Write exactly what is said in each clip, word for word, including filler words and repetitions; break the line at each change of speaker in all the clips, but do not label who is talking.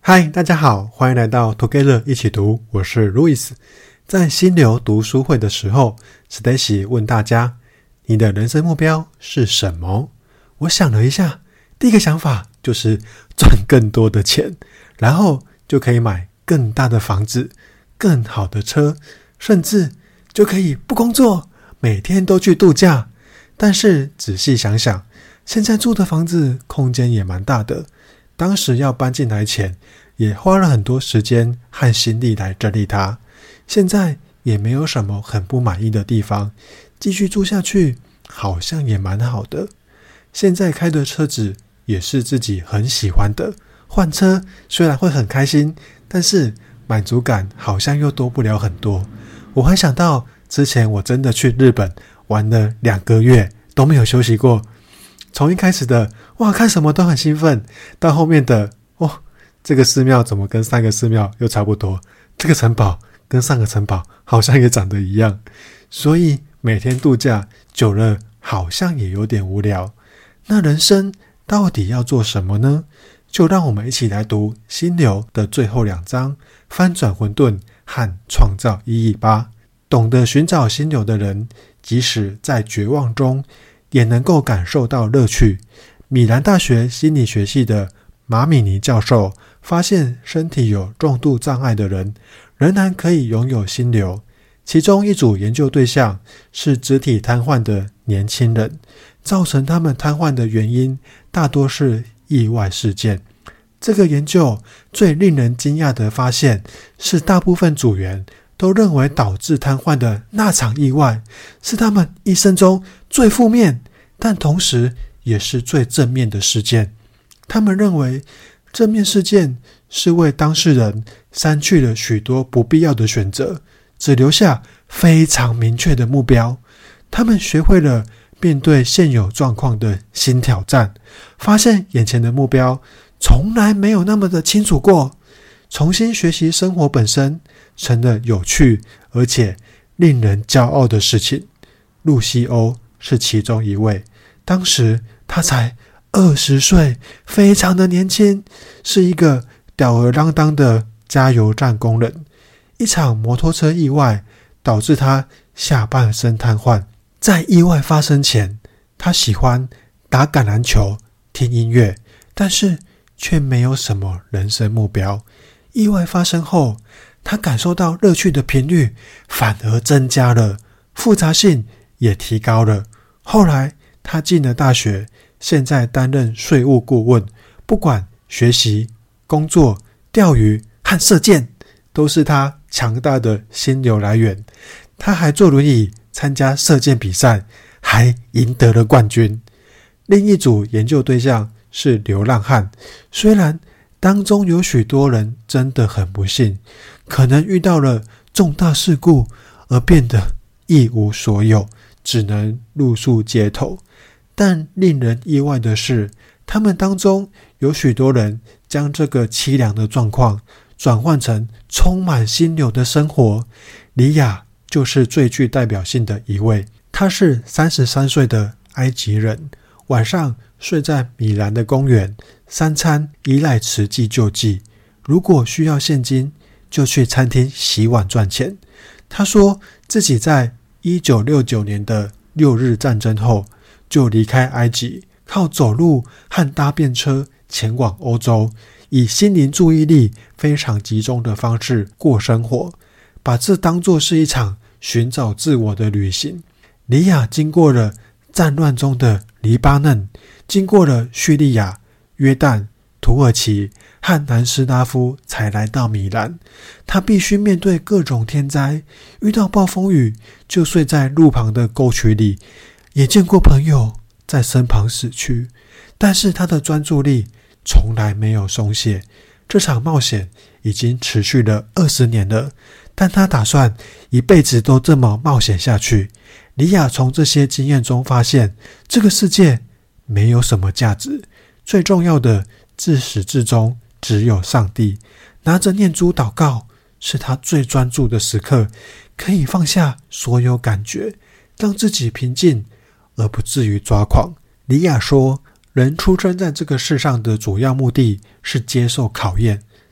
嗨，大家好，欢迎来到 Together 一起读，我是 Louis。 在心流读书会的时候， Stacy 问大家，你的人生目标是什么？我想了一下，第一个想法就是赚更多的钱，然后就可以买更大的房子，更好的车，甚至就可以不工作，每天都去度假。但是仔细想想，现在住的房子空间也蛮大的，当时要搬进来前也花了很多时间和心力来整理它，现在也没有什么很不满意的地方，继续住下去好像也蛮好的。现在开的车子也是自己很喜欢的，换车虽然会很开心，但是满足感好像又多不了很多。我还想到之前我真的去日本玩了两个月都没有休息过，从一开始的哇看什么都很兴奋，到后面的哦这个寺庙怎么跟上个寺庙又差不多，这个城堡跟上个城堡好像也长得一样，所以每天度假久了好像也有点无聊。那人生到底要做什么呢？就让我们一起来读心流的最后两章，翻转混沌和创造意义吧。懂得寻找心流的人，即使在绝望中也能够感受到乐趣。米兰大学心理学系的马米尼教授发现，身体有重度障碍的人仍然可以拥有心流。其中一组研究对象是肢体瘫痪的年轻人，造成他们瘫痪的原因大多是意外事件。这个研究最令人惊讶的发现是，大部分组员都认为导致瘫痪的那场意外是他们一生中最负面，但同时也是最正面的事件。他们认为正面事件是为当事人删去了许多不必要的选择，只留下非常明确的目标。他们学会了面对现有状况的新挑战，发现眼前的目标从来没有那么的清楚过。重新学习生活本身成了有趣而且令人骄傲的事情。露西欧是其中一位，当时他才二十岁，非常的年轻，是一个吊儿郎当的加油站工人。一场摩托车意外导致他下半身瘫痪。在意外发生前，他喜欢打橄榄球、听音乐，但是却没有什么人生目标。意外发生后，他感受到乐趣的频率反而增加了，复杂性也提高了。后来他进了大学，现在担任税务顾问，不管学习、工作、钓鱼和射箭，都是他强大的心流来源。他还坐轮椅参加射箭比赛，还赢得了冠军。另一组研究对象是流浪汉，虽然当中有许多人真的很不幸，可能遇到了重大事故而变得一无所有，只能露宿街头。但令人意外的是，他们当中有许多人将这个凄凉的状况转换成充满心流的生活。李亚就是最具代表性的一位，他是三十三岁的埃及人，晚上睡在米兰的公园，三餐依赖慈济救济，如果需要现金就去餐厅洗碗赚钱。他说自己在一九六九年的六日战争后就离开埃及，靠走路和搭便车前往欧洲，以心灵注意力非常集中的方式过生活，把这当作是一场寻找自我的旅行。李亚经过了战乱中的黎巴嫩，经过了叙利亚、约旦、土耳其和南斯拉夫才来到米兰。他必须面对各种天灾，遇到暴风雨就睡在路旁的沟渠里，也见过朋友在身旁死去，但是他的专注力从来没有松懈。这场冒险已经持续了二十年了，但他打算一辈子都这么冒险下去。李亚从这些经验中发现，这个世界没有什么价值，最重要的自始至终只有上帝。拿着念珠祷告是他最专注的时刻，可以放下所有感觉，让自己平静而不至于抓狂。李亚说，人出生在这个世上的主要目的是接受考验，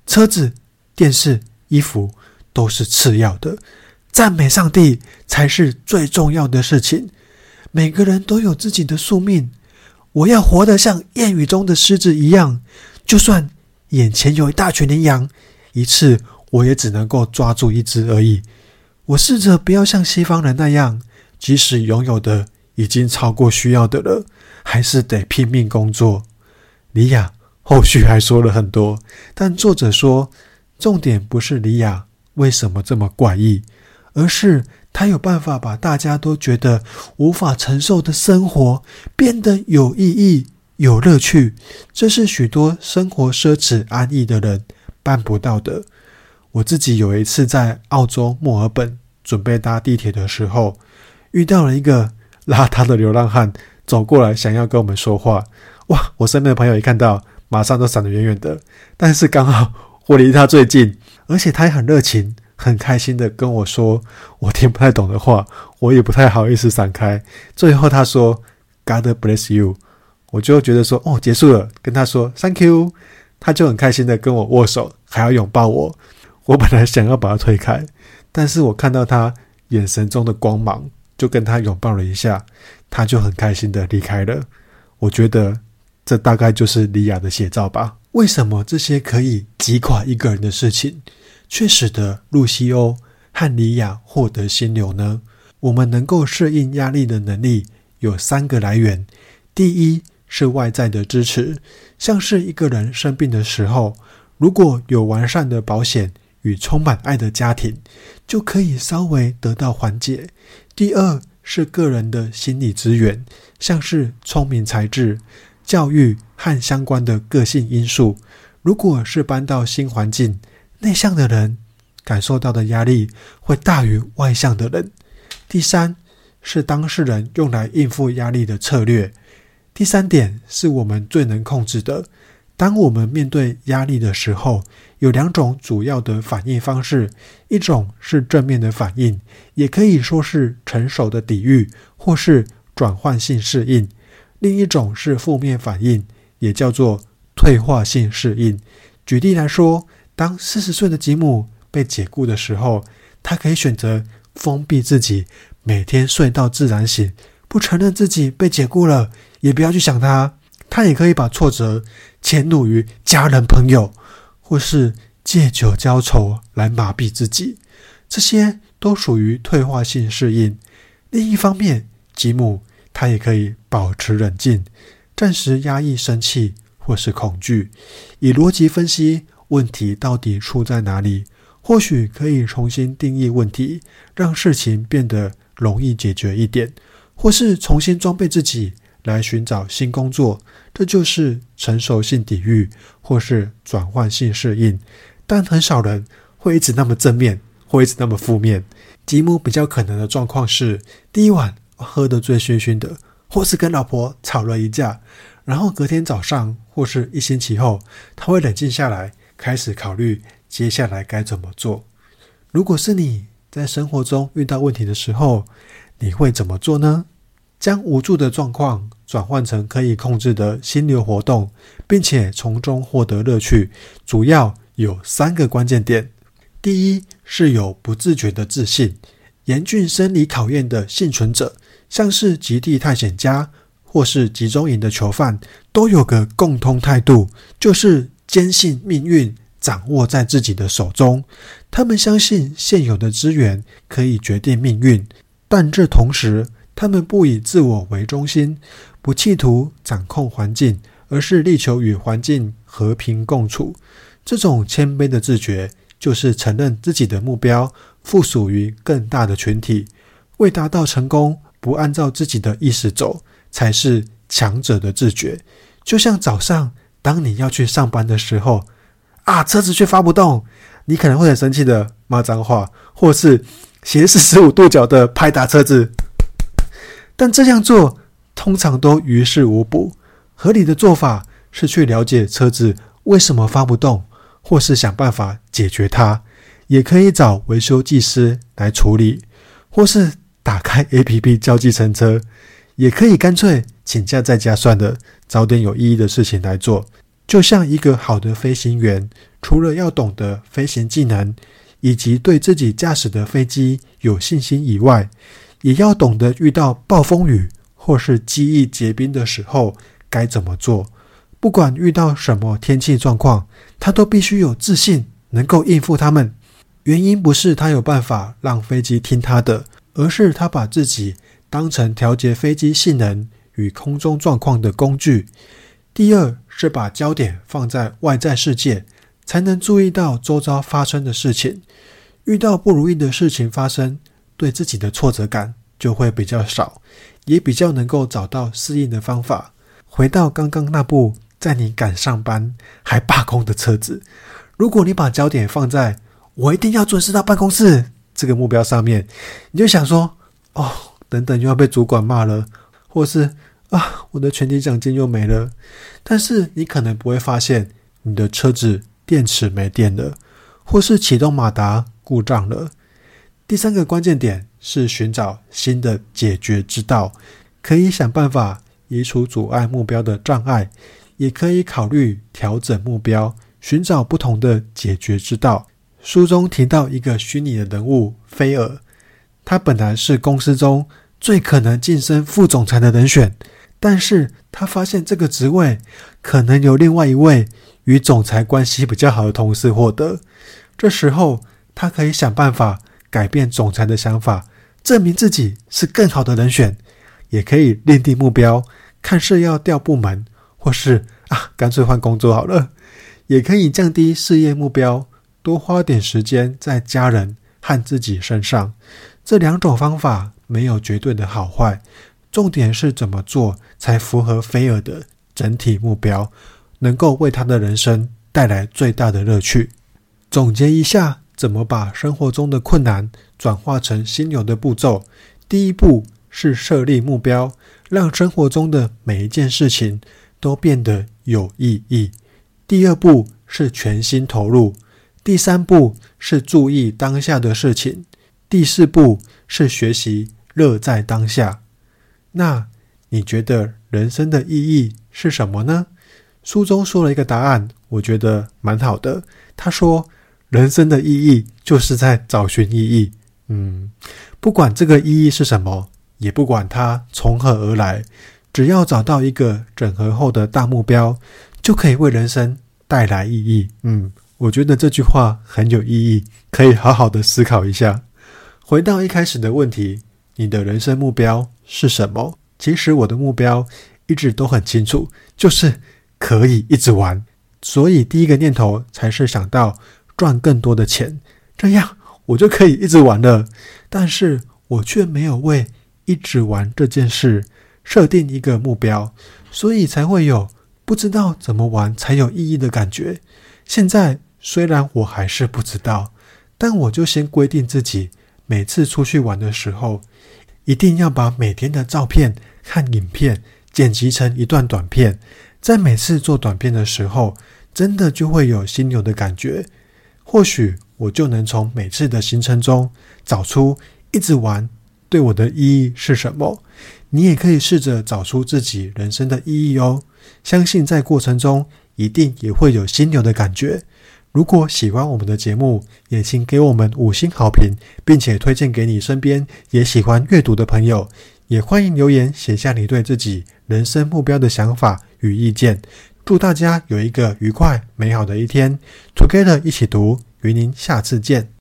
车子、电视、衣服都是次要的，赞美上帝才是最重要的事情。每个人都有自己的宿命，我要活得像谚语中的狮子一样，就算眼前有一大群羚羊，一次我也只能够抓住一只而已。我试着不要像西方人那样，即使拥有的已经超过需要的了，还是得拼命工作。李雅后续还说了很多，但作者说，重点不是李雅为什么这么怪异，而是他有办法把大家都觉得无法承受的生活变得有意义、有乐趣，这是许多生活奢侈安逸的人办不到的。我自己有一次在澳洲墨尔本准备搭地铁的时候，遇到了一个邋遢的流浪汉走过来想要跟我们说话。哇，我身边的朋友一看到马上都闪得远远的，但是刚好我离他最近，而且他也很热情很开心的跟我说我听不太懂的话，我也不太好意思闪开。最后他说 God bless you， 我就觉得说哦结束了，跟他说 Thank you， 他就很开心的跟我握手，还要拥抱我。我本来想要把他推开，但是我看到他眼神中的光芒，就跟他拥抱了一下，他就很开心的离开了。我觉得这大概就是李雅的写照吧。为什么这些可以击垮一个人的事情，却使得露西欧和李雅获得心流呢？我们能够适应压力的能力有三个来源。第一是外在的支持，像是一个人生病的时候，如果有完善的保险与充满爱的家庭，就可以稍微得到缓解。第二是个人的心理资源，像是聪明才智、教育和相关的个性因素。如果是搬到新环境，内向的人感受到的压力会大于外向的人。第三是当事人用来应付压力的策略。第三点是我们最能控制的。当我们面对压力的时候，有两种主要的反应方式，一种是正面的反应，也可以说是成熟的抵御或是转换性适应；另一种是负面反应，也叫做退化性适应。举例来说，当四十岁的吉姆被解雇的时候，他可以选择封闭自己，每天睡到自然醒，不承认自己被解雇了，也不要去想他。他也可以把挫折迁怒于家人朋友，或是借酒浇愁来麻痹自己，这些都属于退化性适应。另一方面，吉姆他也可以保持冷静，暂时压抑生气或是恐惧，以逻辑分析问题到底出在哪里，或许可以重新定义问题，让事情变得容易解决一点，或是重新装备自己来寻找新工作。这就是成熟性抵御或是转换性适应。但很少人会一直那么正面，会一直那么负面。吉姆比较可能的状况是，第一晚喝得醉醺醺的，或是跟老婆吵了一架，然后隔天早上或是一星期后，他会冷静下来，开始考虑接下来该怎么做。如果是你在生活中遇到问题的时候，你会怎么做呢？将无助的状况转换成可以控制的心流活动，并且从中获得乐趣，主要有三个关键点。第一是有不自觉的自信。严峻生理考验的幸存者，像是极地探险家或是集中营的囚犯，都有个共通态度，就是坚信命运掌握在自己的手中。他们相信现有的资源可以决定命运，但这同时他们不以自我为中心，不企图掌控环境，而是力求与环境和平共处。这种谦卑的自觉，就是承认自己的目标附属于更大的群体，为达到成功，不按照自己的意识走，才是强者的自觉。就像早上，当你要去上班的时候，啊，车子却发不动，你可能会很生气的骂脏话，或是斜四十五度角的拍打车子。但这样做通常都于事无补。合理的做法是去了解车子为什么发不动，或是想办法解决它。也可以找维修技师来处理，或是打开 A P P 叫计程车，也可以干脆请假在家算了，找点有意义的事情来做。 就像一个好的飞行员，除了要懂得飞行技能，以及对自己驾驶的飞机有信心以外，也要懂得遇到暴风雨或是机翼结冰的时候该怎么做。不管遇到什么天气状况，他都必须有自信，能够应付他们。原因不是他有办法让飞机听他的，而是他把自己当成调节飞机性能与空中状况的工具。第二是把焦点放在外在世界，才能注意到周遭发生的事情。遇到不如意的事情发生，对自己的挫折感就会比较少，也比较能够找到适应的方法。回到刚刚那部在你赶上班还罢工的车子，如果你把焦点放在我一定要准时到办公室这个目标上面，你就想说哦，等等又要被主管骂了，或是啊，我的全体奖金又没了。但是你可能不会发现你的车子电池没电了，或是启动马达故障了。第三个关键点是寻找新的解决之道，可以想办法移除阻碍目标的障碍，也可以考虑调整目标，寻找不同的解决之道。书中提到一个虚拟的人物菲尔，他本来是公司中最可能晋升副总裁的人选，但是他发现这个职位可能由另外一位与总裁关系比较好的同事获得。这时候他可以想办法改变总裁的想法，证明自己是更好的人选，也可以另定目标，看是要调部门，或是啊干脆换工作好了。也可以降低事业目标，多花点时间在家人和自己身上。这两种方法没有绝对的好坏，重点是怎么做才符合菲尔的整体目标，能够为他的人生带来最大的乐趣。总结一下怎么把生活中的困难转化成心流的步骤。第一步是设立目标，让生活中的每一件事情都变得有意义。第二步是全心投入。第三步是注意当下的事情。第四步是学习乐在当下。那你觉得人生的意义是什么呢？书中说了一个答案，我觉得蛮好的。他说人生的意义就是在找寻意义。嗯，不管这个意义是什么，也不管它从何而来，只要找到一个整合后的大目标，就可以为人生带来意义。嗯，我觉得这句话很有意义，可以好好的思考一下。回到一开始的问题，你的人生目标是什么？其实我的目标一直都很清楚，就是可以一直玩。所以第一个念头才是想到赚更多的钱，这样我就可以一直玩了。但是我却没有为一直玩这件事设定一个目标，所以才会有不知道怎么玩才有意义的感觉。现在虽然我还是不知道，但我就先规定自己每次出去玩的时候，一定要把每天的照片和影片剪辑成一段短片，在每次做短片的时候，真的就会有心流的感觉。或许我就能从每次的行程中找出一直玩对我的意义是什么。你也可以试着找出自己人生的意义哦，相信在过程中一定也会有心流的感觉。如果喜欢我们的节目，也请给我们五星好评，并且推荐给你身边也喜欢阅读的朋友。也欢迎留言写下你对自己人生目标的想法与意见。祝大家有一个愉快美好的一天。 Together 一起读，与您下次见。